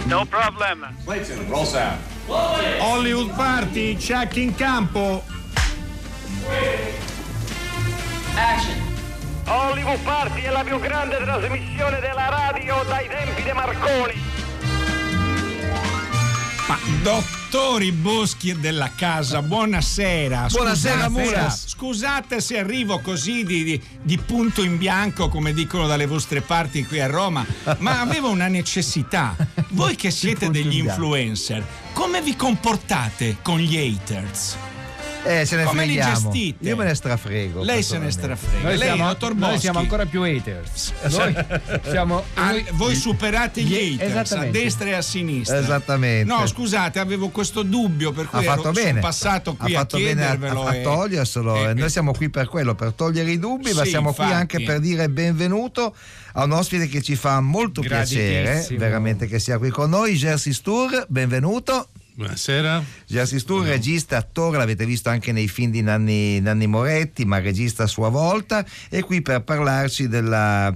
No problem. Clayton, roll sound. Hollywood Party, check in campo. Action. Hollywood Party è la più grande trasmissione della radio dai tempi di Marconi. Ma dottori Boschi della casa, buonasera. Buonasera, Mulas. Scusate se arrivo così di punto in bianco, come dicono dalle vostre parti qui a Roma, ma avevo una necessità. Voi che siete degli influencer, come vi comportate con gli haters? Se ne Come li freghiamo. gestite? Io me ne strafrego. Lei se ne strafrega. Noi Lei, siamo, dottor Boschi, noi siamo ancora più haters. voi superate gli haters a esattamente. destra e a sinistra. Esattamente. No, scusate, avevo questo dubbio, per cui Ha fatto bene. sono passato qui ha a fatto bene chiedervelo. a toglierselo. Noi siamo qui per quello, per togliere i dubbi, ma Sì, siamo infatti. qui anche per dire benvenuto a un ospite che ci fa molto piacere, Graditissimo. veramente, che sia qui con noi, Jerzy Stur, benvenuto. Buonasera. Jerzy Stur, regista, attore, l'avete visto anche nei film di Nanni Moretti, ma regista a sua volta, è qui per parlarci del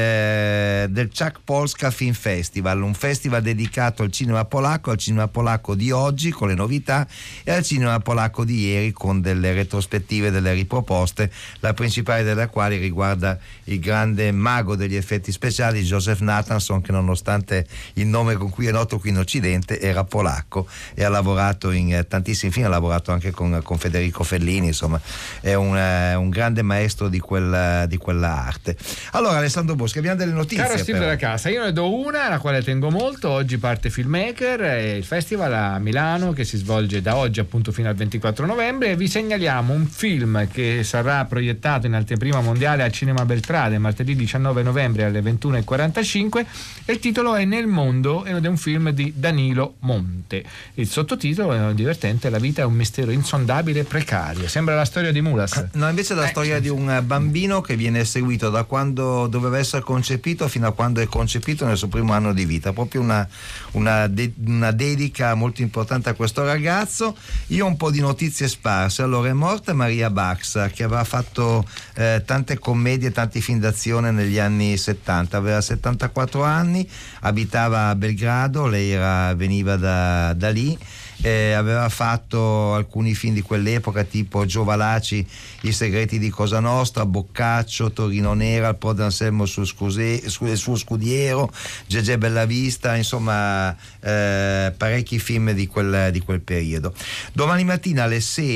Czech Polska Film Festival, un festival dedicato al cinema polacco di oggi con le novità e al cinema polacco di ieri con delle retrospettive, delle riproposte, la principale della quale riguarda il grande mago degli effetti speciali Joseph Nathanson, che nonostante il nome con cui è noto qui in Occidente era polacco e ha lavorato in tantissimi film, ha lavorato anche con Federico Fellini, insomma è un grande maestro di quella arte. Allora, Alessandro Boschi, abbiamo delle notizie. Caro Steve della casa, io ne do una alla quale tengo molto. Oggi parte Filmmaker, il festival a Milano che si svolge da oggi appunto fino al 24 novembre, e vi segnaliamo un film che sarà proiettato in anteprima mondiale al Cinema Beltrade martedì 19 novembre alle 21:45, e il titolo è Nel mondo, ed è un film di Danilo Monte. Il sottotitolo è divertente: La vita è un mistero insondabile e precario. Sembra la storia di Mulas. No, invece è la storia di un bambino che viene seguito da quando doveva essere concepito fino a quando è concepito nel suo primo anno di vita. Proprio una dedica molto importante a questo ragazzo. Io ho un po' di notizie sparse. Allora, è morta Maria Baxa, che aveva fatto tante commedie, tanti film d'azione negli anni 70. Aveva 74 anni, abitava a Belgrado, lei veniva da lì. Aveva fatto alcuni film di quell'epoca tipo Giovalaci, I segreti di Cosa Nostra, Boccaccio, Torino Nera, Il Pro d'Anselmo il suo scudiero, Gegè Bellavista, insomma parecchi film di quel periodo. Domani mattina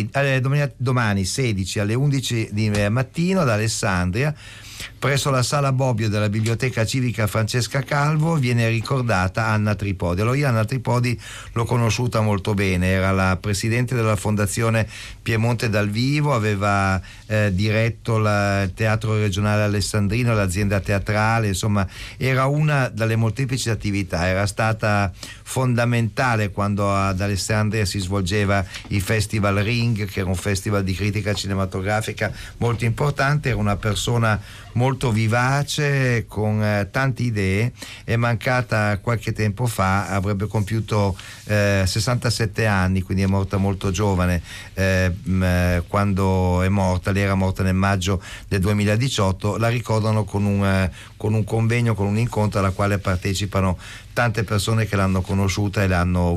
domani 16 alle 11 di mattino ad Alessandria, presso la Sala Bobbio della Biblioteca Civica Francesca Calvo, viene ricordata Anna Tripodi. Allora, io Anna Tripodi l'ho conosciuta molto bene, era la presidente della Fondazione Piemonte dal Vivo, aveva diretto il Teatro Regionale Alessandrino, l'azienda teatrale, insomma era una delle molteplici attività, era stata fondamentale quando ad Alessandria si svolgeva il Festival Ring, che era un festival di critica cinematografica molto importante. Era una persona molto vivace, con tante idee. È mancata qualche tempo fa, avrebbe compiuto 67 anni, quindi è morta molto giovane quando è morta. Lei era morta nel maggio del 2018. La ricordano con un convegno, con un incontro alla quale partecipano tante persone che l'hanno conosciuta e l'hanno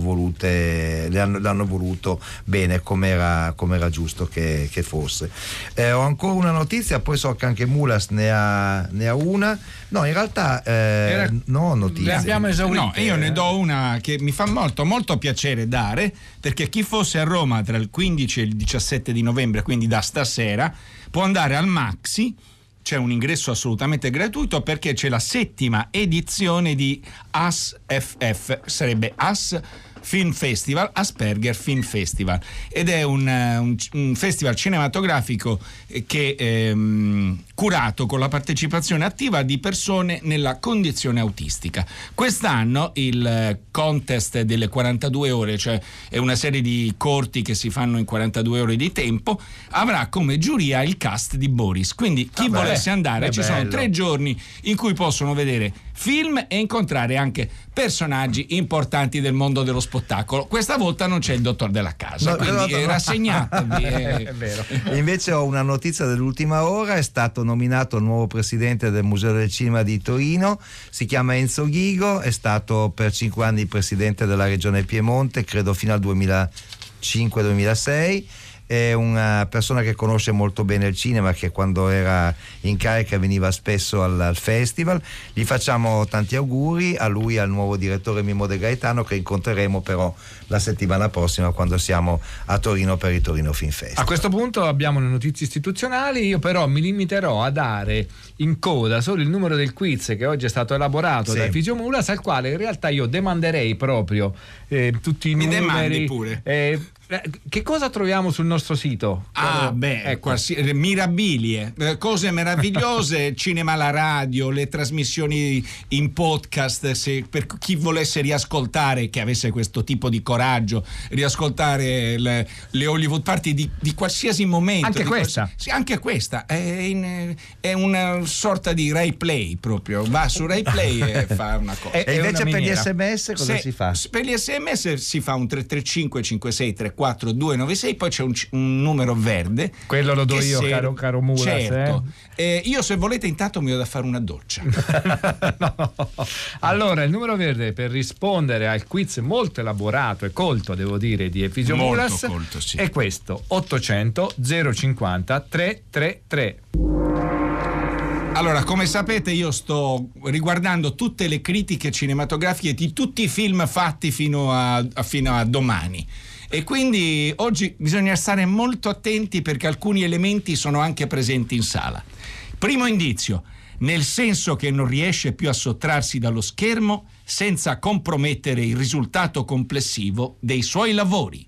voluto bene, come era giusto che fosse. Ho ancora una notizia, poi so che anche Mulas ne ha una. No, in realtà no notizie. Le abbiamo esaurite. No, io ne do una che mi fa molto molto piacere dare, perché chi fosse a Roma tra il 15 e il 17 di novembre, quindi da stasera, può andare al Maxi. C'è un ingresso assolutamente gratuito, perché c'è la 7ª edizione di ASFF, sarebbe AS Film Festival, Asperger Film Festival, ed è un festival cinematografico che curato con la partecipazione attiva di persone nella condizione autistica. Quest'anno il contest delle 42 ore, cioè è una serie di corti che si fanno in 42 ore di tempo, avrà come giuria il cast di Boris, quindi chi volesse andare, ci sono 3 giorni in cui possono vedere film e incontrare anche personaggi importanti del mondo dello spettacolo. Questa volta non c'è il dottor della casa, quindi rassegnatevi. È vero. Invece ho una notizia dell'ultima ora: è stato nominato il nuovo presidente del Museo del Cinema di Torino, si chiama Enzo Ghigo, è stato per 5 anni presidente della regione Piemonte, credo fino al 2005-2006. È una persona che conosce molto bene il cinema, che quando era in carica veniva spesso al festival. Gli facciamo tanti auguri a lui e al nuovo direttore Mimmo De Gaetano, che incontreremo però la settimana prossima quando siamo a Torino per il Torino Film Festival. A questo punto abbiamo le notizie istituzionali. Io però mi limiterò a dare in coda solo il numero del quiz che oggi è stato elaborato da Efisio Mulas, al quale in realtà io demanderei proprio tutti i numeri. Demandi pure. Che cosa troviamo sul nostro sito? Mirabilie, cose meravigliose, cinema alla radio, le trasmissioni in podcast, per chi volesse riascoltare, che avesse questo tipo di coraggio, riascoltare le Hollywood Party di qualsiasi momento. Anche questa? Sì, anche questa è una sorta di Rai Play, proprio va su Rai Play e fa una cosa. E invece per gli SMS cosa si fa? Per gli SMS si fa un 335 56 34 296, poi c'è un numero verde. Quello lo do io, caro Mulas. Certo. Io, se volete, intanto mi ho da fare una doccia. No. Allora, il numero verde per rispondere al quiz molto elaborato e colto, devo dire, di Efisio Mulas è questo: 800 050 333. Allora, come sapete, io sto riguardando tutte le critiche cinematografiche di tutti i film fatti fino a domani. E quindi oggi bisogna stare molto attenti, perché alcuni elementi sono anche presenti in sala. Primo indizio: nel senso che non riesce più a sottrarsi dallo schermo senza compromettere il risultato complessivo dei suoi lavori.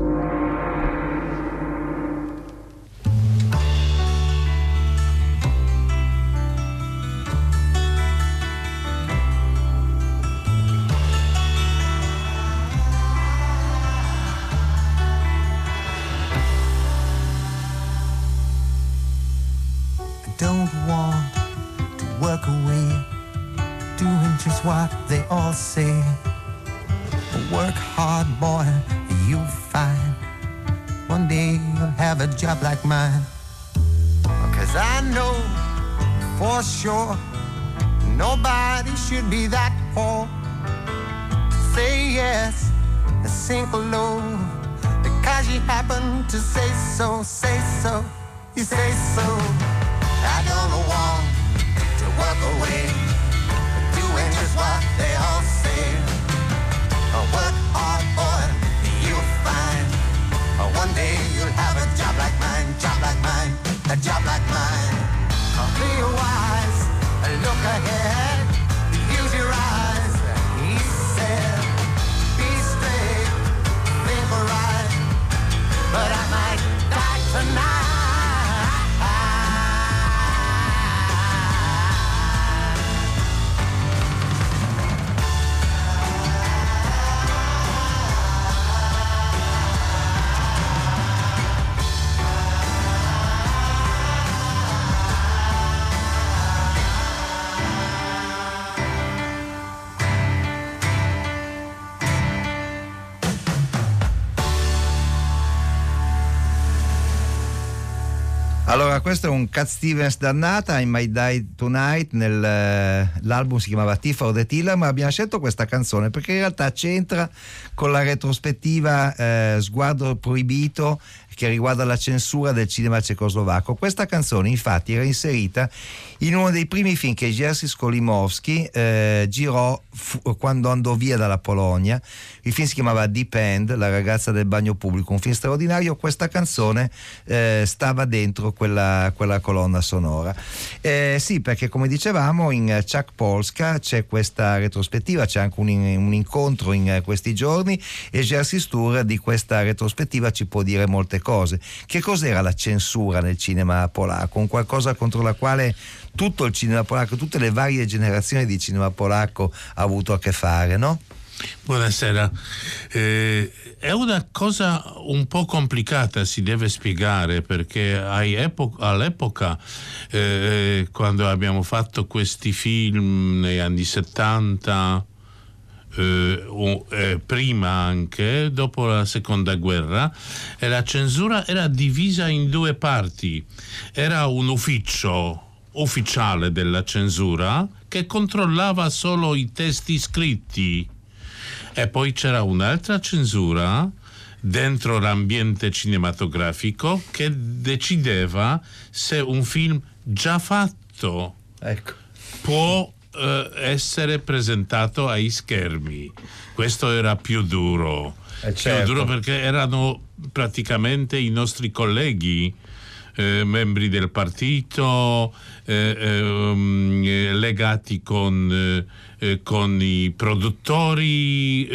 Don't want to work away, doing just what they all say. Work hard, boy, you'll find one day you'll have a job like mine. 'Cause I know for sure nobody should be that poor. Say yes, sink low, because you happen to say so, you say so. I don't want to walk away, doing just what they all say. Work hard, boy, you'll find one day you'll have a job like mine, a job like mine. Be wise, look ahead, use your eyes, he said. Be straight, think right, but I might die tonight. Allora, questo è un Cat Stevens dannata, I Might Die Tonight, l'album si chiamava Tea for the Tiller, ma abbiamo scelto questa canzone perché in realtà c'entra con la retrospettiva Sguardo Proibito, che riguarda la censura del cinema cecoslovacco. Questa canzone infatti era inserita in uno dei primi film che Jerzy Skolimowski girò quando andò via dalla Polonia. Il film si chiamava Deep End, la ragazza del bagno pubblico, un film straordinario. Questa canzone stava dentro quella colonna sonora. Sì, perché come dicevamo in Czech Polska c'è questa retrospettiva, c'è anche un incontro in questi giorni, e Jerzy Stur di questa retrospettiva ci può dire molte cose. Che cos'era la censura nel cinema polacco? Un qualcosa contro la quale tutto il cinema polacco, tutte le varie generazioni di cinema polacco ha avuto a che fare, no? Buonasera. È una cosa un po' complicata, si deve spiegare, perché all'epoca, quando abbiamo fatto questi film negli anni 70, prima anche, dopo la seconda guerra, e la censura era divisa in due parti. Era un ufficio ufficiale della censura che controllava solo i testi scritti, e poi c'era un'altra censura dentro l'ambiente cinematografico che decideva se un film già fatto può essere presentato ai schermi. Questo era più duro, più duro perché erano praticamente i nostri colleghi, membri del partito, legati con i produttori,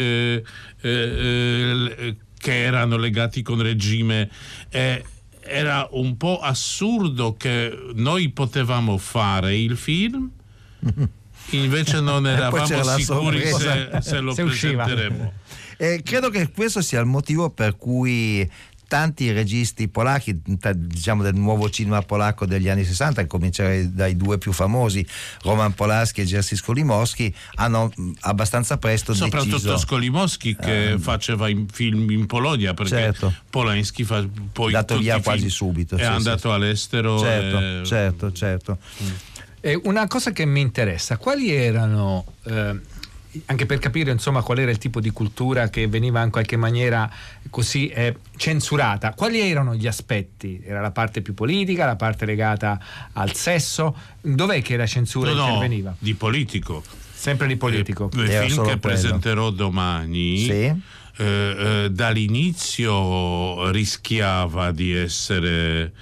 che erano legati con il regime. Era un po' assurdo che noi potevamo fare il film, invece non eravamo sicuri se lo presenteremo. Credo che questo sia il motivo per cui tanti registi polacchi, diciamo del nuovo cinema polacco degli anni 60, a cominciare dai due più famosi, Roman Polanski e Jerzy Skolimowski, hanno abbastanza presto soprattutto Skolimowski, che faceva film in Polonia, perché Polanski poi dato via quasi subito, è andato all'estero. Certo. Una cosa che mi interessa: quali erano, anche per capire insomma qual era il tipo di cultura che veniva in qualche maniera così censurata, quali erano gli aspetti? Era la parte più politica, la parte legata al sesso? Dov'è che la censura interveniva? Di politico. Sempre di politico. Il film che presenterò domani dall'inizio rischiava di essere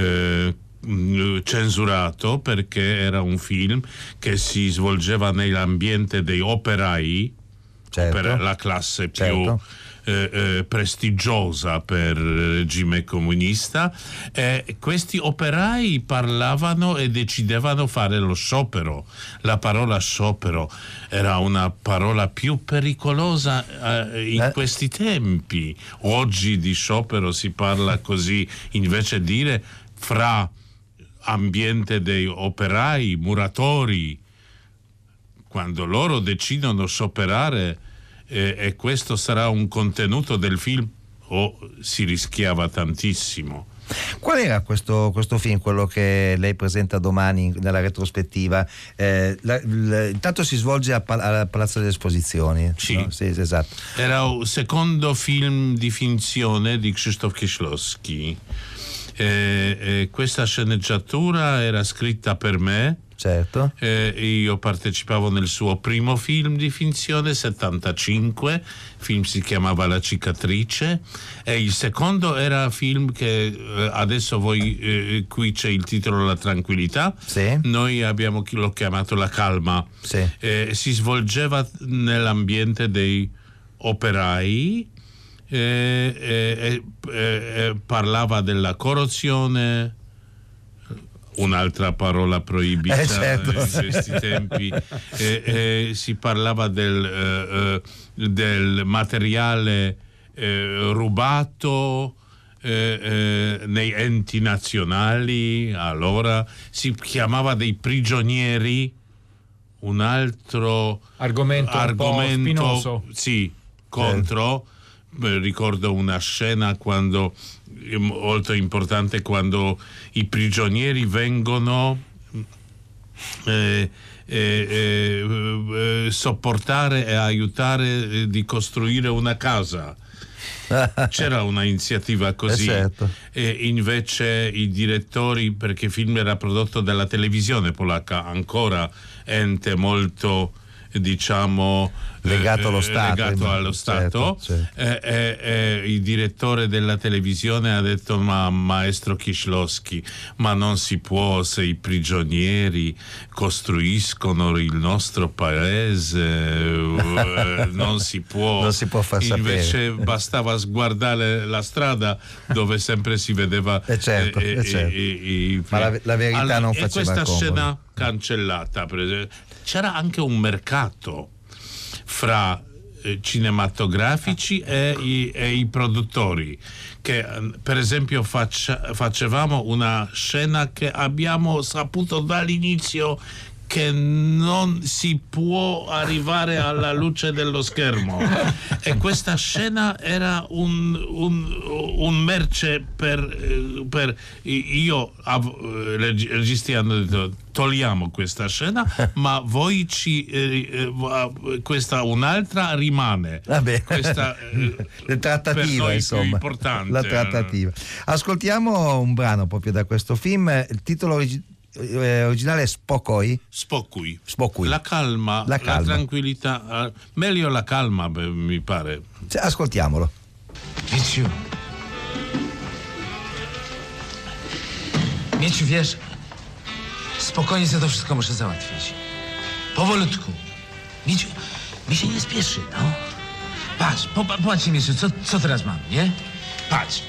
censurato, perché era un film che si svolgeva nell'ambiente dei operai, la classe più prestigiosa per il regime comunista, e questi operai parlavano e decidevano fare lo sciopero. La parola sciopero era una parola più pericolosa in questi tempi. Oggi di sciopero si parla così, invece dire fra ambiente dei operai, muratori, quando loro decidono scioperare, e questo sarà un contenuto del film, si rischiava tantissimo. Qual era questo film, quello che lei presenta domani nella retrospettiva? Intanto si svolge al Palazzo delle Esposizioni. Sì, no? Sì, esatto. Era il secondo film di finzione di Krzysztof Kieślowski. Questa sceneggiatura era scritta per me. Certo. Io partecipavo nel suo primo film di finzione, 75, il film si chiamava La cicatrice, e il secondo era film che adesso qui c'è il titolo La tranquillità, noi l'ho chiamato La calma. Si svolgeva nell'ambiente dei operai, parlava della corruzione, un'altra parola proibita in questi tempi, si parlava del materiale rubato nei enti nazionali, allora si chiamava dei prigionieri, un altro argomento un po' spinoso. Sì, contro. Ricordo una scena molto importante, quando i prigionieri vengono sopportare e aiutare di costruire una casa. C'era una iniziativa così, e invece i direttori, perché il film era prodotto dalla televisione polacca, ancora ente molto, diciamo, legato allo Stato, il direttore della televisione ha detto: ma maestro Kieślowski, ma non si può, se i prigionieri costruiscono il nostro paese, non si può far sapere. Invece bastava guardare la strada, dove sempre si vedeva ma la verità non faceva questa comodo. Scena cancellata. C'era anche un mercato fra cinematografici e i produttori, che per esempio facevamo una scena che abbiamo saputo dall'inizio che non si può arrivare alla luce dello schermo, e questa scena era un merce per io registi hanno detto togliamo questa scena, ma voi questa un'altra rimane. Vabbè. Questa la trattativa, insomma, più importante. La trattativa. Ascoltiamo un brano proprio da questo film. Il titolo originale è Spokoj. La calma, la tranquillità, meglio la calma, mi pare. Ascoltiamolo. Mieciu, wiesz, spokojnie sobie to wszystko muszę załatwić. Powolutku. Mieciu, mi się nie spieszy, no. Patrz, popatrz, Mieciu, co teraz mam, nie? Patrz.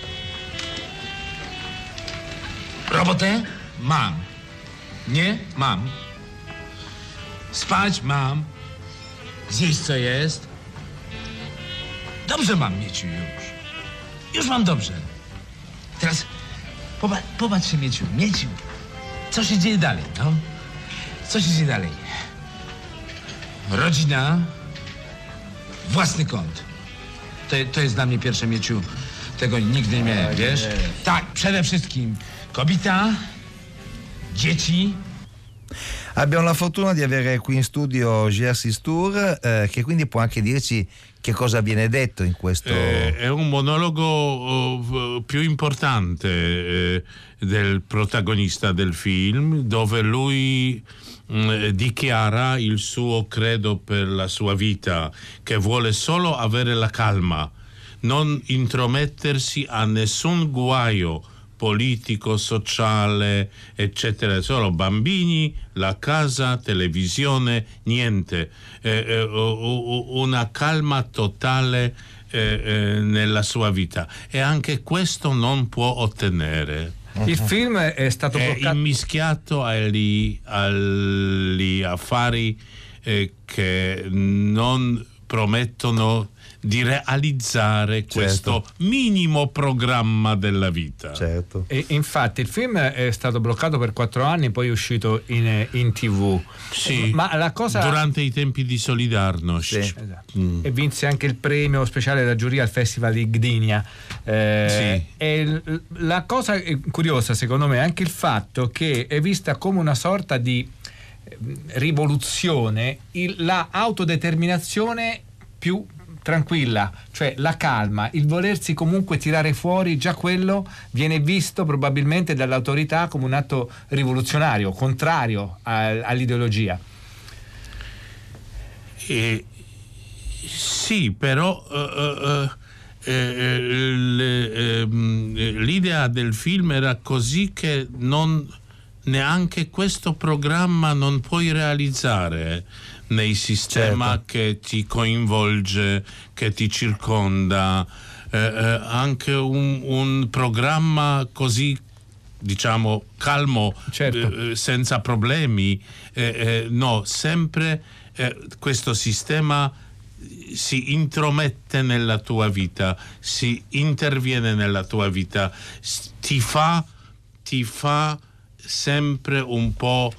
Robotę? Mam. Nie? Mam. Spać? Mam. Zjeść co jest? Dobrze mam, Mieciu, już. Już mam dobrze. Teraz popatrz się, Mieciu. Co się dzieje dalej, no? Co się dzieje dalej? Rodzina, własny kąt. To jest dla mnie pierwsze, Mieciu. Tego nigdy nie miałem, wiesz? Tak, przede wszystkim kobieta, dzieci. Abbiamo la fortuna di avere qui in studio Jerzy Stur, che quindi può anche dirci che cosa viene detto in questo. È un monologo più importante del protagonista del film, dove lui dichiara il suo credo per la sua vita, che vuole solo avere la calma, non intromettersi a nessun guaio politico, sociale, eccetera, solo bambini, la casa, televisione, niente, una calma totale nella sua vita, e anche questo non può ottenere. Il film è stato bloccato, immischiato agli affari che non promettono di realizzare questo minimo programma della vita. Certo. E infatti il film è stato bloccato per 4 anni, poi è uscito in TV. Sì, ma la cosa durante i tempi di Solidarnosc. Sì. Esatto. E vinse anche il premio speciale della giuria al Festival di Gdynia. Sì. E la cosa curiosa, secondo me, è anche il fatto che è vista come una sorta di rivoluzione la autodeterminazione più tranquilla, cioè la calma, il volersi comunque tirare fuori, già quello viene visto probabilmente dall'autorità come un atto rivoluzionario, contrario all'ideologia. Sì, però l'idea del film era così che neanche questo programma non puoi realizzare nei sistema che ti coinvolge, che ti circonda. Anche un programma così, diciamo, calmo, senza problemi, no, sempre questo sistema si intromette nella tua vita, si interviene nella tua vita, ti fa sempre un po'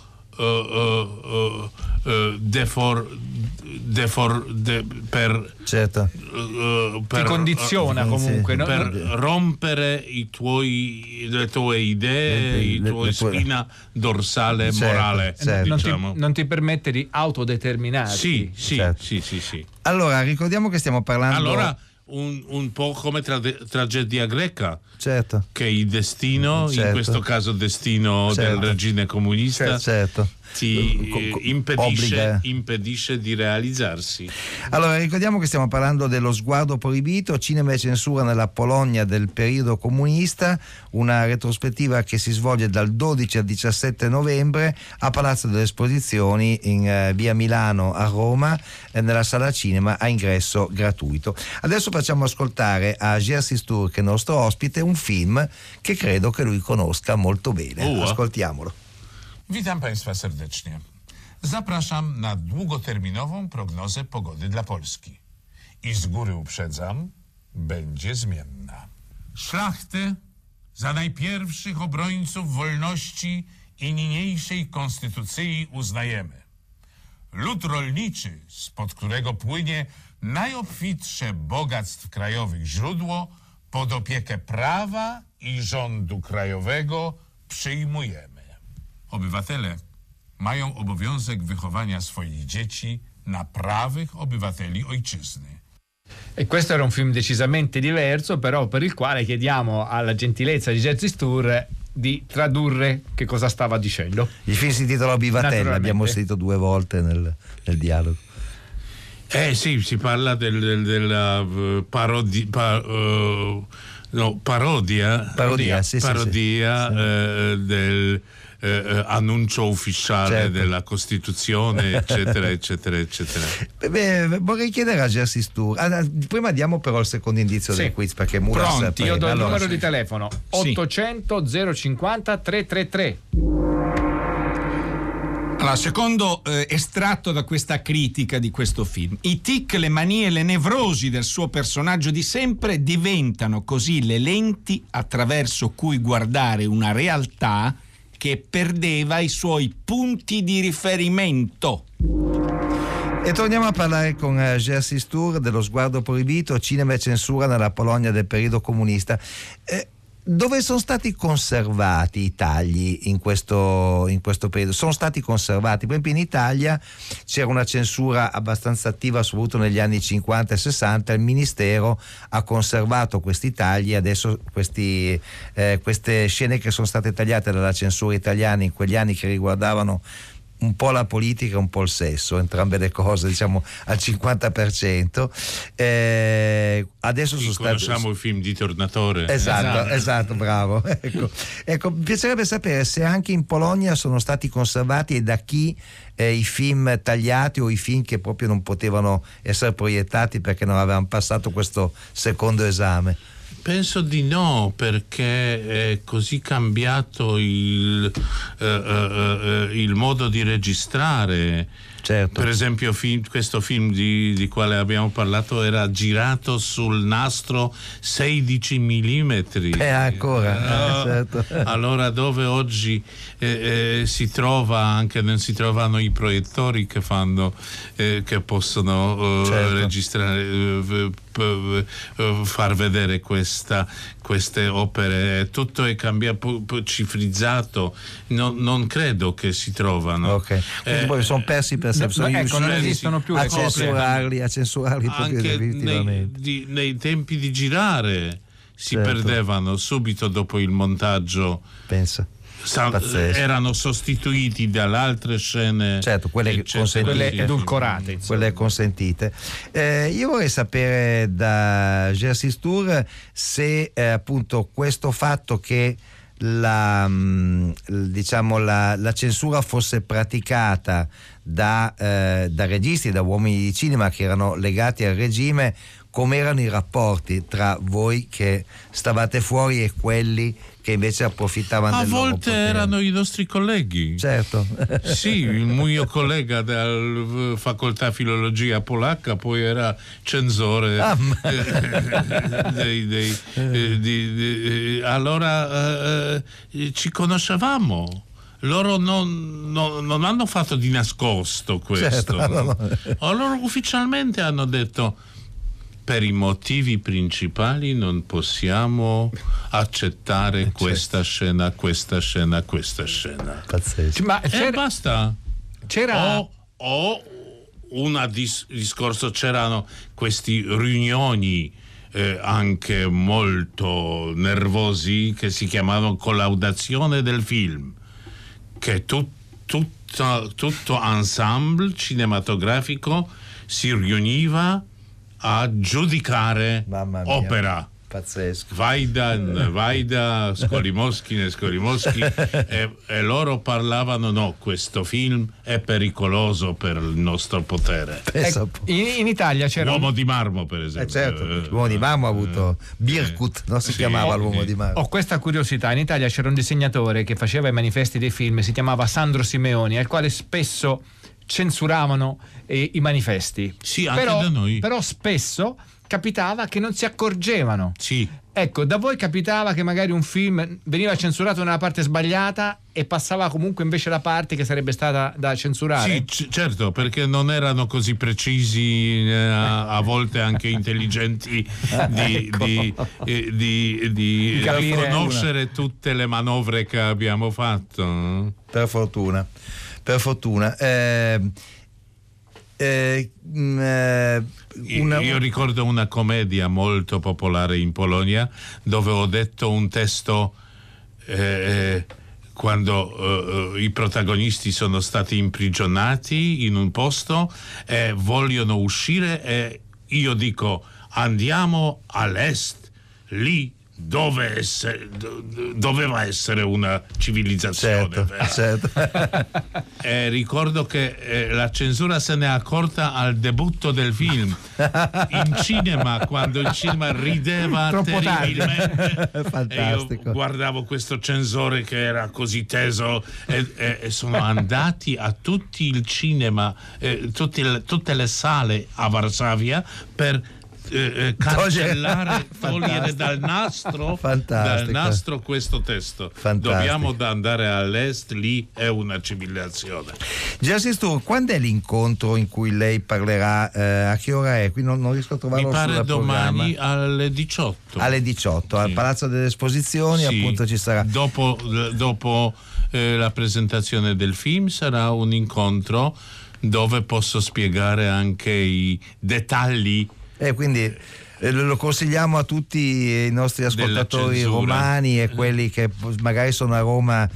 ti condiziona comunque, no? Per rompere le tue idee, i tuoi spina dorsale morale, diciamo. Non ti permette di autodeterminarti. Sì. Allora, ricordiamo che stiamo parlando un po' come tragedia greca, certo, che il destino, in questo caso destino del regime comunista, ti impedisce di realizzarsi. Allora, ricordiamo che stiamo parlando dello Sguardo proibito, cinema e censura nella Polonia del periodo comunista, una retrospettiva che si svolge dal 12 al 17 novembre a Palazzo delle Esposizioni in via Milano a Roma, nella sala cinema a ingresso gratuito. Adesso facciamo ascoltare a Jerzy Stur, che è il nostro ospite, un film che credo che lui conosca molto bene. Ascoltiamolo. Witam Państwa serdecznie. Zapraszam na długoterminową prognozę pogody dla Polski. i z góry uprzedzam, będzie zmienna. Szlachtę za najpierwszych obrońców wolności i niniejszej konstytucji uznajemy. Lud rolniczy, spod którego płynie najobfitsze bogactw krajowych źródło, pod opiekę prawa i rządu krajowego przyjmujemy. Obywatele mają obowiązek wychowania swoich dzieci na prawych obywateli ojczyzny. E questo era un film decisamente diverso, però per il quale chiediamo alla gentilezza di Jerzy Stur di tradurre che cosa stava dicendo. Il film si intitola Bivatella, abbiamo sentito 2 volte nel dialogo. Sì, si parla della parodia sì. Del annuncio ufficiale, certo, della Costituzione, eccetera, eccetera, eccetera. Vorrei chiedere a Jerzy Stur. Prima diamo però il secondo indizio del quiz, perché pronti, io do il numero di telefono 800 050 333. Allora, secondo estratto da questa critica di questo film: i tic, le manie e le nevrosi del suo personaggio di sempre diventano così le lenti attraverso cui guardare una realtà che perdeva i suoi punti di riferimento. E torniamo a parlare con Jerzy Stur dello Sguardo proibito, cinema e censura nella Polonia del periodo comunista. Dove sono stati conservati i tagli in questo periodo? Sono stati conservati, per esempio in Italia c'era una censura abbastanza attiva, soprattutto negli anni 50 e 60, il Ministero ha conservato questi tagli, adesso queste scene che sono state tagliate dalla censura italiana in quegli anni, che riguardavano un po' la politica e un po' il sesso, entrambe le cose, diciamo al 50%. Adesso conosciamo il film di Tornatore. Esatto, bravo. Ecco, mi piacerebbe sapere se anche in Polonia sono stati conservati e da chi i film tagliati o i film che proprio non potevano essere proiettati perché non avevano passato questo secondo esame. Penso di no, perché è così cambiato il modo di registrare. Certo. Per esempio questo film di quale abbiamo parlato era girato sul nastro 16 millimetri. Ancora. Certo. Allora, dove oggi si trova, anche non si trovano i proiettori che che possono registrare, far vedere queste opere, tutto è cambiato, cifrizzato, non credo che si trovano. Ok, poi sono persi per sempre, non esistono più a censurarli proprio anche definitivamente. nei tempi di girare si perdevano subito dopo il montaggio. Pensa. Erano sostituiti dalle altre scene, certo, quelle edulcorate, quelle consentite. Io vorrei sapere da Jerzy Stur se appunto questo fatto che la censura fosse praticata da registi, da uomini di cinema che erano legati al regime, come erano i rapporti tra voi che stavate fuori e quelli che invece approfittavano del loro potere. A volte erano i nostri colleghi. Certo. Sì, il mio collega della facoltà filologia polacca poi era censore. Allora ci conoscevamo. Loro non hanno fatto di nascosto questo. Certo, no. Allora ufficialmente hanno detto: per i motivi principali non possiamo accettare questa scena. Pazzesco. Ma basta. C'era un discorso, c'erano questi riunioni anche molto nervosi che si chiamavano collaudazione del film, che tutto ensemble cinematografico si riuniva a giudicare opera. Pazzesco. Vaida, Skolimowski e loro parlavano: no, questo film è pericoloso per il nostro potere. In Italia c'era L'uomo di marmo, per esempio. Certo, l'uomo di marmo ha avuto Birkut, no? Si chiamava l'uomo di marmo. Ho questa curiosità: in Italia c'era un disegnatore che faceva i manifesti dei film, si chiamava Sandro Simeoni, al quale spesso censuravano i manifesti. Sì, anche da noi. Però spesso capitava che non si accorgevano. Sì. Ecco, da voi capitava che magari un film veniva censurato nella parte sbagliata e passava comunque invece la parte che sarebbe stata da censurare? Sì, certo, perché non erano così precisi, a volte anche intelligenti di conoscere tutte le manovre che abbiamo fatto. Per fortuna. Io ricordo una commedia molto popolare in Polonia dove ho detto un testo quando i protagonisti sono stati imprigionati in un posto e vogliono uscire, e io dico: andiamo all'est, lì doveva essere una civilizzazione. Certo. E ricordo che la censura se ne è accorta al debutto del film in cinema, quando il cinema rideva terribilmente. Fantastico. E io guardavo questo censore che era così teso e sono andati a tutti il cinema, tutte le sale a Varsavia per cancellare, togliere dal nastro questo testo. Fantastico. Dobbiamo andare all'est, lì è una civilizzazione. Jerzy Sturr, quando è l'incontro in cui lei parlerà? A che ora è? Qui non riesco a trovarlo. Mi pare sul domani programma. alle 18. Alle 18 al Palazzo delle Esposizioni, Sì. appunto ci sarà. Dopo la presentazione del film sarà un incontro dove posso spiegare anche i dettagli. Quindi lo consigliamo a tutti i nostri ascoltatori romani e quelli che magari sono a Roma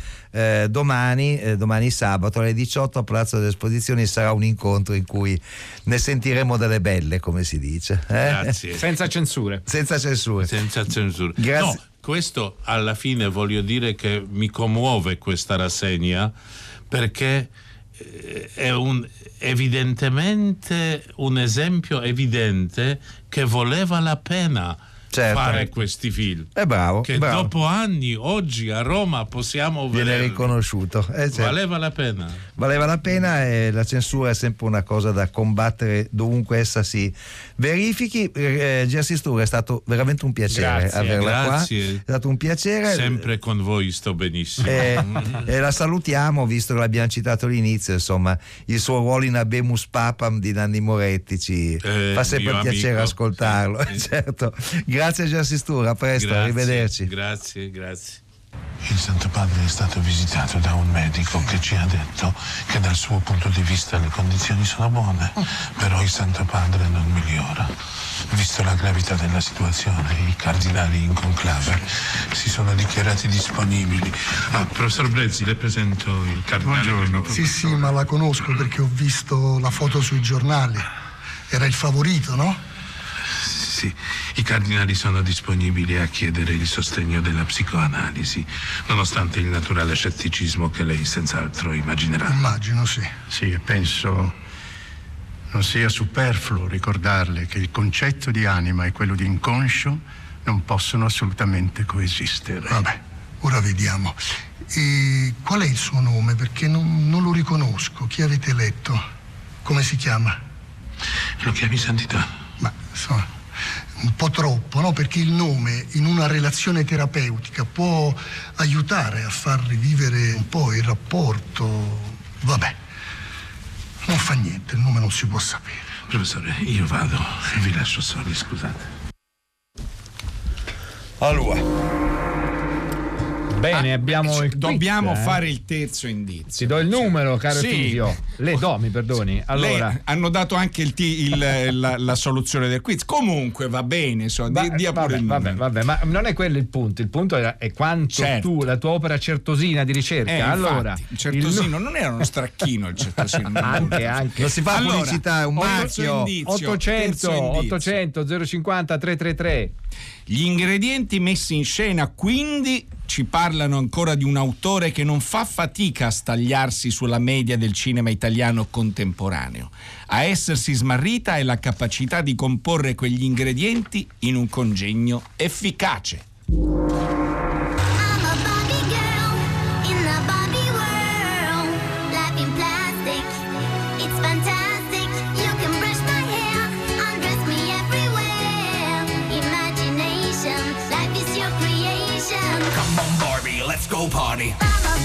domani sabato alle 18 a Palazzo delle Esposizioni sarà un incontro in cui ne sentiremo delle belle, come si dice. Grazie. Senza censure. Grazie. No, questo alla fine voglio dire che mi commuove questa rassegna, perché è evidentemente un esempio evidente che valeva la pena fare questi film. Bravo. Dopo anni, oggi a Roma possiamo viene vederli. Riconosciuto. Certo. Valeva la pena e la censura è sempre una cosa da combattere dovunque essa si verifichi. Jerzy Sturr, è stato veramente un piacere averla qua. È stato un piacere. Sempre con voi sto benissimo. E la salutiamo, visto che l'abbiamo citato all'inizio, insomma, il suo ruolo in Habemus Papam di Nanni Moretti ci fa sempre piacere ascoltarlo. Certo. Grazie Jerzy Sturr, a presto, arrivederci. Grazie. Il Santo Padre è stato visitato da un medico che ci ha detto che dal suo punto di vista le condizioni sono buone, però il Santo Padre non migliora. Visto la gravità della situazione, i cardinali in conclave si sono dichiarati disponibili. Professor Brezzi, le presento il cardinale. Buongiorno. Sì, ma la conosco perché ho visto la foto sui giornali. Era il favorito, no? Sì, i cardinali sono disponibili a chiedere il sostegno della psicoanalisi, nonostante il naturale scetticismo che lei senz'altro immaginerà. Immagino, sì. Sì, e penso non sia superfluo ricordarle che il concetto di anima e quello di inconscio non possono assolutamente coesistere. Vabbè, ora vediamo. E qual è il suo nome? Perché non lo riconosco. Chi avete letto? Come si chiama? Lo chiami Santità? Ma insomma, un po' troppo, no? Perché il nome in una relazione terapeutica può aiutare a far rivivere un po' il rapporto. Vabbè, non fa niente, il nome non si può sapere. Professore, io vado e vi lascio soli, scusate. Allora. Bene, dobbiamo fare il terzo indizio. Ti do il numero, caro figlio. Mi perdoni. Allora, hanno dato anche la soluzione del quiz. Comunque va bene, dia pure il numero. Vabbè, ma non è quello il punto. Il punto è quanto tu, la tua opera certosina di ricerca. Allora, infatti, il certosino non era uno stracchino, il certosino. anche. Non si fa pubblicità, un marchio. 800 050 333. Gli ingredienti messi in scena quindi ci parlano ancora di un autore che non fa fatica a stagliarsi sulla media del cinema italiano contemporaneo. A essersi smarrita è la capacità di comporre quegli ingredienti in un congegno efficace. It's go party.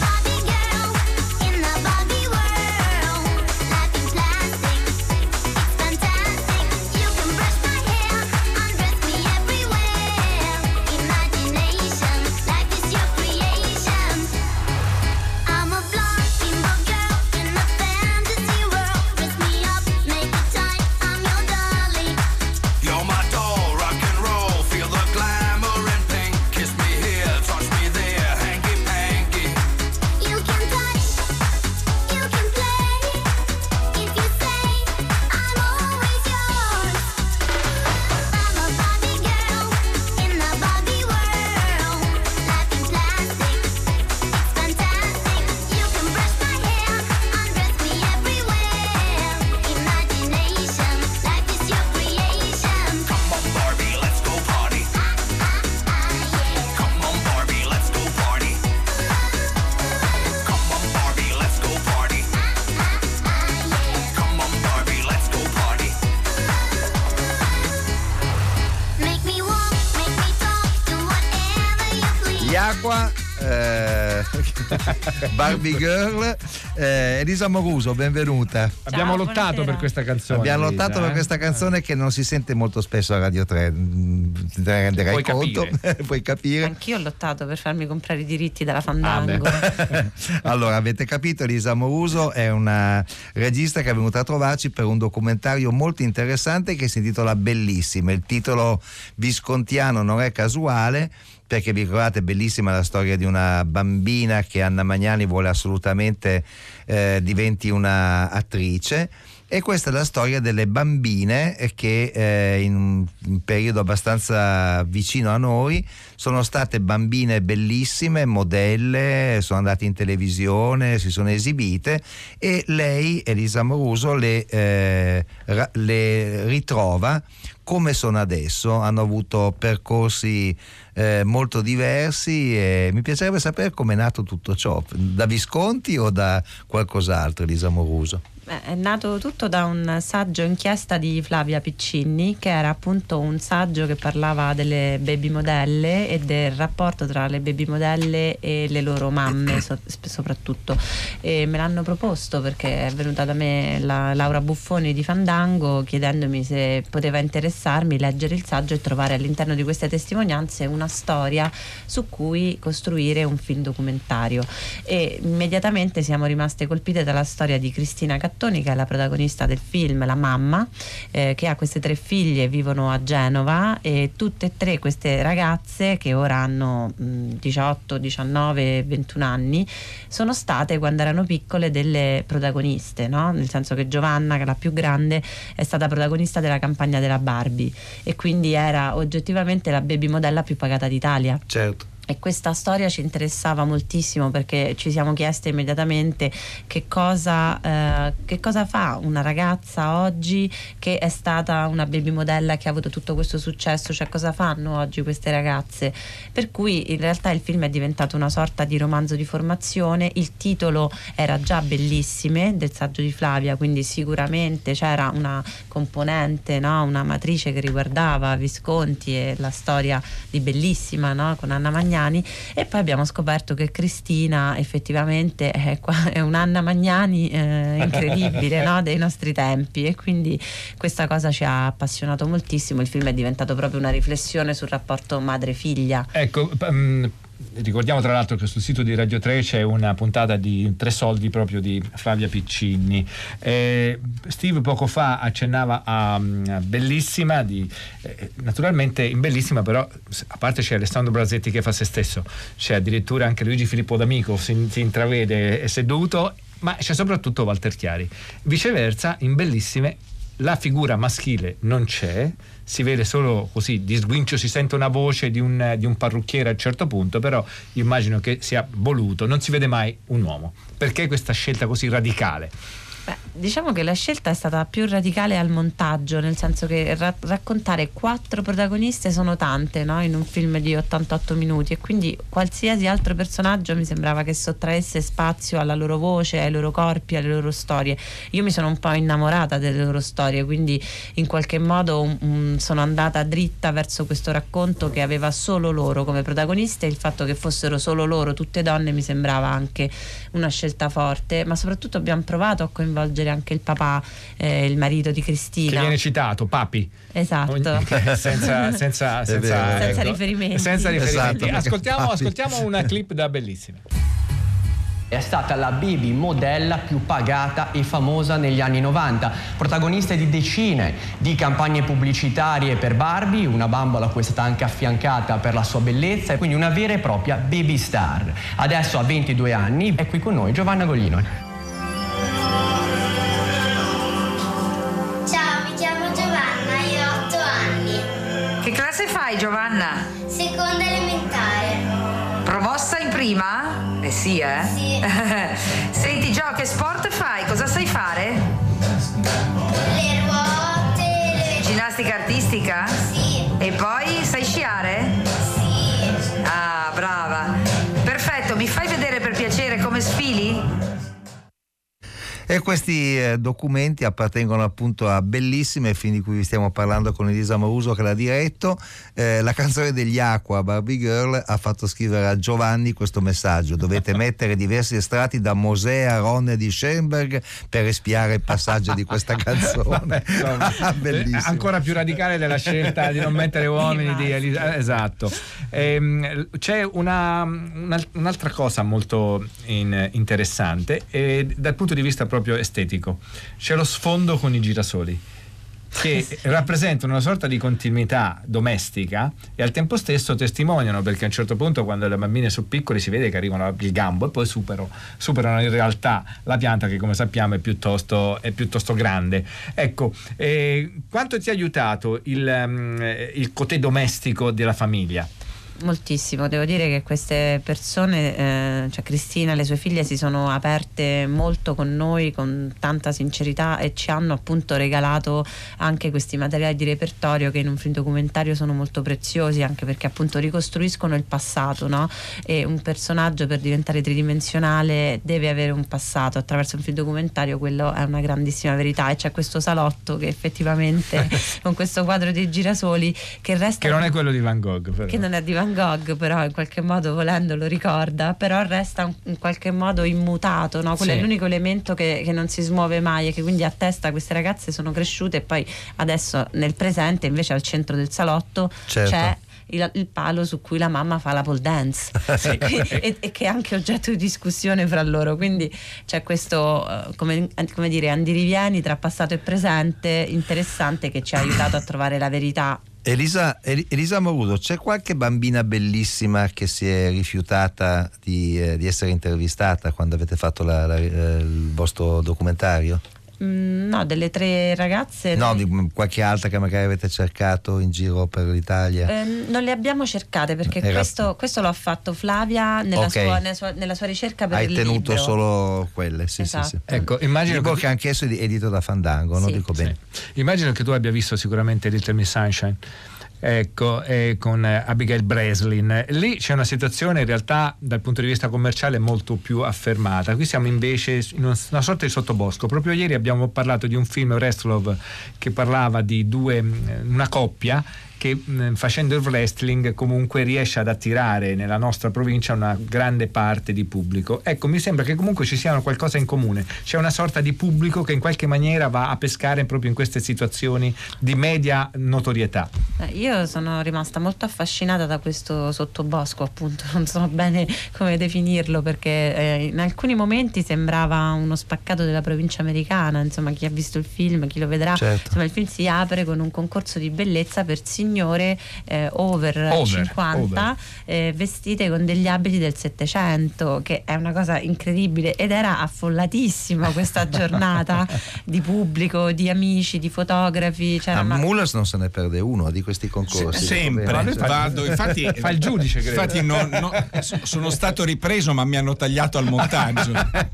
Barbie Girl. Elisa Moruso, benvenuta. Abbiamo lottato per questa canzone. Abbiamo lottato per questa canzone che non si sente molto spesso a Radio 3. Te ne renderai conto? Puoi capire. Anch'io ho lottato per farmi comprare i diritti dalla Fandango. Allora, avete capito, Elisa Moruso è una regista che è venuta a trovarci per un documentario molto interessante che si intitola Bellissima. Il titolo viscontiano non è casuale, perché vi ricordate, bellissima la storia di una bambina che Anna Magnani vuole assolutamente diventi una attrice, e questa è la storia delle bambine che in un periodo abbastanza vicino a noi sono state bambine bellissime, modelle, sono andate in televisione, si sono esibite, e lei, Elisa Moruso, le ritrova come sono adesso. Hanno avuto percorsi molto diversi, e mi piacerebbe sapere come è nato tutto ciò, da Visconti o da qualcos'altro, Elisa Moruso? È nato tutto da un saggio inchiesta di Flavia Piccini, che era appunto un saggio che parlava delle baby modelle e del rapporto tra le baby modelle e le loro mamme soprattutto, e me l'hanno proposto perché è venuta da me la Laura Buffoni di Fandango chiedendomi se poteva interessarmi leggere il saggio e trovare all'interno di queste testimonianze una storia su cui costruire un film documentario, e immediatamente siamo rimaste colpite dalla storia di Cristina Cattoni, che è la protagonista del film, la mamma, che ha queste 3 figlie, vivono a Genova, e tutte e 3 queste ragazze, che ora hanno 18, 19, 21 anni, sono state quando erano piccole delle protagoniste, no? Nel senso che Giovanna, che è la più grande, è stata protagonista della campagna della Barbie, e quindi era oggettivamente la baby modella più pagata d'Italia. Certo. E questa storia ci interessava moltissimo, perché ci siamo chieste immediatamente che cosa fa una ragazza oggi che è stata una baby modella, che ha avuto tutto questo successo, cioè cosa fanno oggi queste ragazze. Per cui in realtà il film è diventato una sorta di romanzo di formazione. Il titolo era già Bellissime, del saggio di Flavia, quindi sicuramente c'era una componente, no? Una matrice che riguardava Visconti e la storia di Bellissima, no? Con Anna Magnani. E poi abbiamo scoperto che Cristina effettivamente è un'Anna Magnani incredibile, no? Dei nostri tempi, e quindi questa cosa ci ha appassionato moltissimo. Il film è diventato proprio una riflessione sul rapporto madre-figlia. Ecco, ricordiamo tra l'altro che sul sito di Radio 3 c'è una puntata di 3 soldi proprio di Flavia Piccini. Steve poco fa accennava a Bellissima, naturalmente in Bellissima però a parte c'è Alessandro Brasetti che fa se stesso, c'è addirittura anche Luigi Filippo D'Amico, si intravede seduto, ma c'è soprattutto Walter Chiari. Viceversa, in Bellissime la figura maschile non c'è, si vede solo così di sguincio, si sente una voce di un parrucchiere a un certo punto, però immagino che sia voluto, non si vede mai un uomo. Perché questa scelta così radicale? Diciamo che la scelta è stata più radicale al montaggio, nel senso che raccontare 4 protagoniste sono tante, no? In un film di 88 minuti, e quindi qualsiasi altro personaggio mi sembrava che sottraesse spazio alla loro voce, ai loro corpi, alle loro storie. Io mi sono un po' innamorata delle loro storie, quindi in qualche modo sono andata dritta verso questo racconto che aveva solo loro come protagoniste, e il fatto che fossero solo loro, tutte donne, mi sembrava anche una scelta forte, ma soprattutto abbiamo provato a coinvolgere anche il papà, il marito di Cristina, che viene citato, Papi. Esatto. senza riferimenti. Senza riferimenti. Esatto, ascoltiamo una clip da Bellissime. È stata la baby modella più pagata e famosa negli anni 90, protagonista di decine di campagne pubblicitarie per Barbie, una bambola a cui è stata anche affiancata per la sua bellezza, e quindi una vera e propria baby star. Adesso ha 22 anni, è qui con noi Giovanna Goglino. Che classe fai, Giovanna? Seconda elementare. Promossa in prima? Sì, eh? Sì. Senti, Gio, che sport fai? Cosa sai fare? Le ruote. Ginnastica artistica? Sì. E poi sai sciare? Sì. Ah, brava. Perfetto, mi fai vedere per piacere come sfili? E questi documenti appartengono appunto a Bellissime, film di cui vi stiamo parlando con Elisa Amoruso che l'ha diretto. La canzone degli Aqua, Barbie Girl, ha fatto scrivere a Giovanni questo messaggio: dovete mettere diversi estratti da Mosè, Aaron di Schoenberg per espiare il passaggio di questa canzone. Bellissimo. Ancora più radicale della scelta di non mettere uomini di Elisa. Esatto. C'è un'altra cosa molto interessante dal punto di vista proprio estetico. C'è lo sfondo con i girasoli, che rappresentano una sorta di continuità domestica e al tempo stesso testimoniano, perché a un certo punto, quando le bambine sono piccole, si vede che arrivano al gambo e poi superano in realtà la pianta, che come sappiamo è piuttosto grande. Ecco, quanto ti ha aiutato il côté domestico della famiglia? Moltissimo, devo dire che queste persone, cioè Cristina e le sue figlie, si sono aperte molto con noi, con tanta sincerità, e ci hanno appunto regalato anche questi materiali di repertorio che in un film documentario sono molto preziosi, anche perché appunto ricostruiscono il passato, no? E un personaggio, per diventare tridimensionale, deve avere un passato. Attraverso un film documentario quello è una grandissima verità, e c'è questo salotto che effettivamente con questo quadro dei girasoli che resta, che non è quello di Van Gogh, però. Che non è di Van Gogh, però in qualche modo, volendo, lo ricorda, però resta in qualche modo immutato, no? Quello è l'unico elemento che non si smuove mai, e che quindi attesta queste ragazze sono cresciute, e poi adesso nel presente invece al centro del salotto c'è il palo su cui la mamma fa la pole dance e che è anche oggetto di discussione fra loro, quindi c'è questo come dire andirivieni tra passato e presente interessante, che ci ha aiutato a trovare la verità. Elisa Amoruso, c'è qualche bambina bellissima che si è rifiutata di essere intervistata quando avete fatto il vostro documentario? No, delle 3 ragazze. No, di qualche altra che magari avete cercato in giro per l'Italia? Non le abbiamo cercate, perché questo lo ha fatto Flavia nella sua ricerca per il libro. Hai tenuto solo quelle, sì, esatto. Sì. Ecco, immagino che anch'esso è edito da Fandango, sì. Non dico bene. Sì. Immagino che tu abbia visto sicuramente Little Miss Sunshine. Ecco, con Abigail Breslin. Lì c'è una situazione in realtà dal punto di vista commerciale molto più affermata. Qui siamo invece in una sorta di sottobosco. Proprio ieri abbiamo parlato di un film, Wrestlove, che parlava di una coppia che facendo il wrestling comunque riesce ad attirare nella nostra provincia una grande parte di pubblico. Ecco, mi sembra che comunque ci sia qualcosa in comune, c'è una sorta di pubblico che in qualche maniera va a pescare proprio in queste situazioni di media notorietà. Io sono rimasta molto affascinata da questo sottobosco, appunto, non so bene come definirlo, perché in alcuni momenti sembrava uno spaccato della provincia americana, insomma, chi ha visto il film, chi lo vedrà, certo. Insomma, il film si apre con un concorso di bellezza per signore signore over 50 vestite con degli abiti del Settecento, che è una cosa incredibile, ed era affollatissima questa giornata di pubblico, di amici, di fotografi. Mullers non se ne perde uno di questi concorsi. Sempre vado, infatti fa il giudice, credo. Infatti sono stato ripreso, ma mi hanno tagliato al montaggio.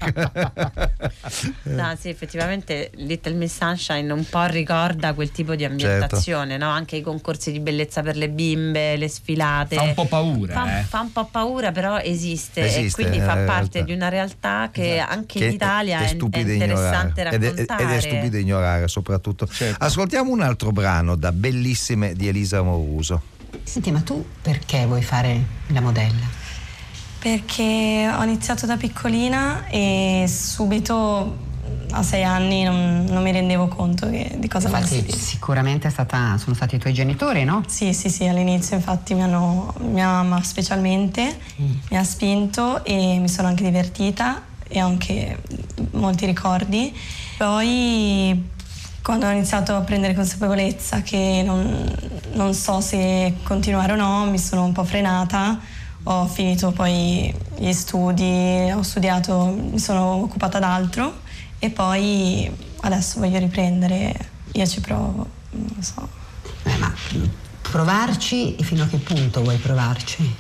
No, sì, effettivamente Little Miss Sunshine un po' ricorda quel tipo di ambientazione, no? Anche i concorsi di bellezza per le bimbe, le sfilate. Fa un po' paura. Fa un po' paura, però esiste e quindi fa parte di una realtà che anche in Italia è interessante raccontare. Ed è stupido ignorare, soprattutto. Certo. Ascoltiamo un altro brano da Bellissime di Elisa Amoruso. Senti, ma tu perché vuoi fare la modella? Perché ho iniziato da piccolina e subito a 6 anni non mi rendevo conto di cosa volessi dire. Sicuramente sono stati i tuoi genitori, no? Sì, all'inizio infatti mia mamma specialmente mi ha spinto e mi sono anche divertita e ho anche molti ricordi. Poi quando ho iniziato a prendere consapevolezza che non so se continuare o no, mi sono un po' frenata. Ho finito poi gli studi, ho studiato, mi sono occupata d'altro e poi adesso voglio riprendere, io ci provo, non lo so. Ma provarci, fino a che punto vuoi provarci?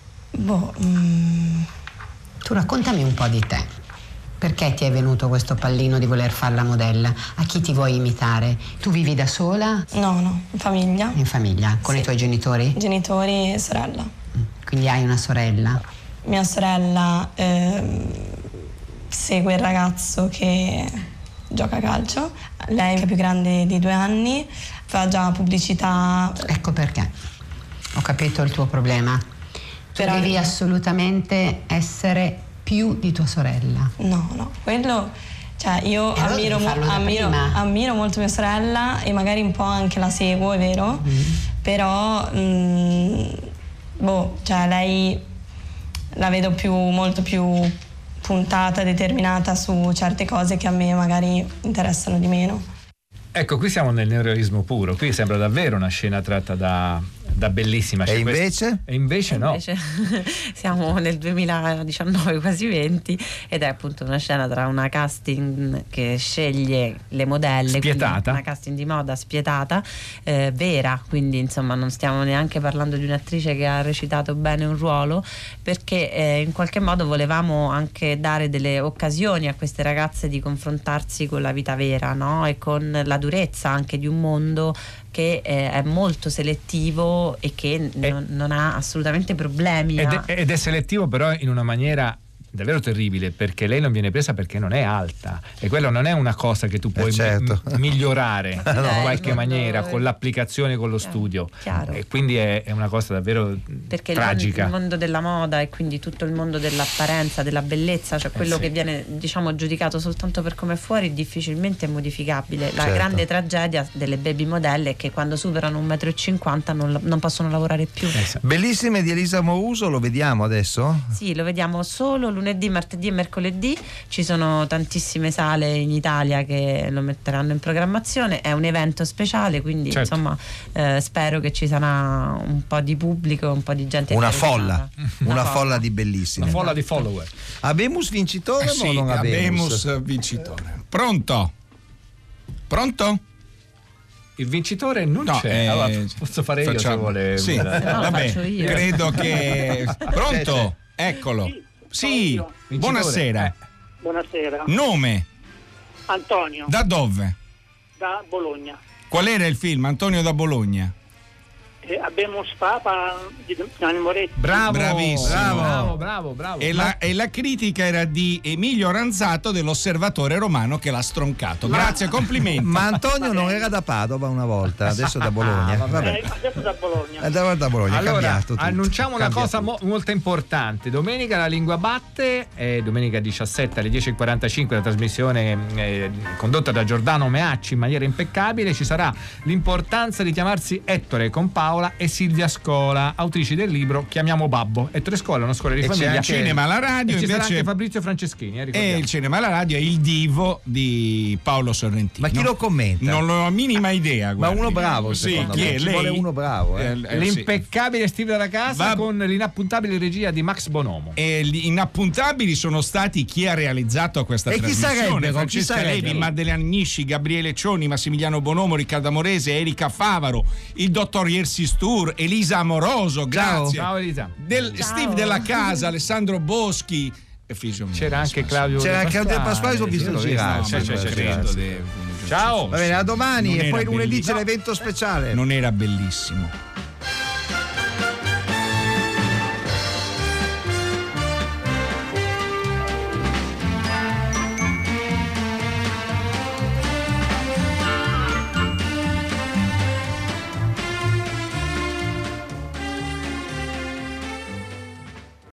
Tu raccontami un po' di te. Perché ti è venuto questo pallino di voler fare la modella? A chi ti vuoi imitare? Tu vivi da sola? No, in famiglia. In famiglia? Con i tuoi genitori? Genitori e sorella. Quindi hai una sorella? Mia sorella segue il ragazzo che gioca a calcio. Lei è più grande di 2 anni, fa già pubblicità. Ecco perché. Ho capito il tuo problema. Tu devi assolutamente essere più di tua sorella. No, quello, cioè io ammiro molto mia sorella e magari un po' anche la seguo, è vero, però cioè lei la vedo molto più puntata, determinata su certe cose che a me magari interessano di meno. Ecco, qui siamo nel neorealismo puro, qui sembra davvero una scena tratta da Bellissima. E invece? E invece no. Invece siamo nel 2019, quasi 20, ed è appunto una scena tra una casting che sceglie le modelle, spietata, una casting di moda spietata, vera, quindi insomma non stiamo neanche parlando di un'attrice che ha recitato bene un ruolo, perché in qualche modo volevamo anche dare delle occasioni a queste ragazze di confrontarsi con la vita vera, no? E con la durezza anche di un mondo che è molto selettivo e che non ha assolutamente problemi. Ed è selettivo però in una maniera davvero terribile, perché lei non viene presa perché non è alta, e quello non è una cosa che tu puoi migliorare in qualche maniera con l'applicazione, con lo studio, e quindi è una cosa davvero perché tragica. Il mondo della moda e quindi tutto il mondo dell'apparenza, della bellezza, cioè quello che viene giudicato soltanto per come è fuori, difficilmente è modificabile. La grande tragedia delle baby modelle è che quando superano 1,50 m non possono lavorare più. Bellissime di Elisa Amoruso, lo vediamo adesso? Sì, lo vediamo solo lunedì, martedì e mercoledì. Ci sono tantissime sale in Italia che lo metteranno in programmazione. È un evento speciale, quindi insomma spero che ci sarà un po' di pubblico, un po' di gente. Una folla di Bellissime. Una folla di follower. Abemus vincitore o non Abemus vincitore. Pronto? Il vincitore non c'è. Allora, posso fare io se vuole. Sì, vabbè, credo che. Pronto? Eccolo. Sì, buonasera. Buonasera. Nome? Antonio. Da dove? Da Bologna. Qual era il film? Antonio da Bologna. Abbiamo Papa di Gianni Moretti. Bravissimo. Bravo. E la critica era di Emilio Ranzato dell'Osservatore Romano, che l'ha stroncato. Grazie, complimenti. Ma Antonio non era da Padova una volta, adesso è da Bologna. Adesso da Bologna. È da Bologna. Allora, cambiato tutto. annunciamo una cosa molto importante. Domenica la Lingua Batte, domenica 17 alle 10:45, la trasmissione condotta da Giordano Meacci in maniera impeccabile. Ci sarà l'importanza di chiamarsi Ettore con Paolo, Paola e Silvia Scola, autrici del libro Chiamiamo Babbo. E Tre Scuole, una scuola di E famiglia. c'è il cinema alla radio, e ci sarà invece- anche Fabrizio Franceschini, E ricordiamo. il cinema alla radio è il divo di Paolo Sorrentino. Ma chi lo commenta? Non ho la minima idea. Ma guardi. uno bravo, Sì, secondo chi me. è? Ci Lei? vuole uno bravo. Sì. L'impeccabile Steve della Casa con l'inappuntabile regia di Max Bonomo. E gli inappuntabili sono stati chi ha realizzato questa E chi trasmissione: sarebbero? Chi Francesca sarebbero? Levi, Maddalena Agnisci, Gabriele Cioni, Massimiliano Bonomo, Riccardo Amorese, Erika Favaro, il dottor Yersi Stur, Elisa Amoroso, grazie. Ciao Elisa. Steve della Casa, Alessandro Boschi. C'era anche Claudio C'era anche Claudio Pasquale, Pasquale, l'ho visto sì, girare. no, Ciao. Va bene, a domani Non e era poi lunedì bellissimo. c'è l'evento speciale. Non era bellissimo.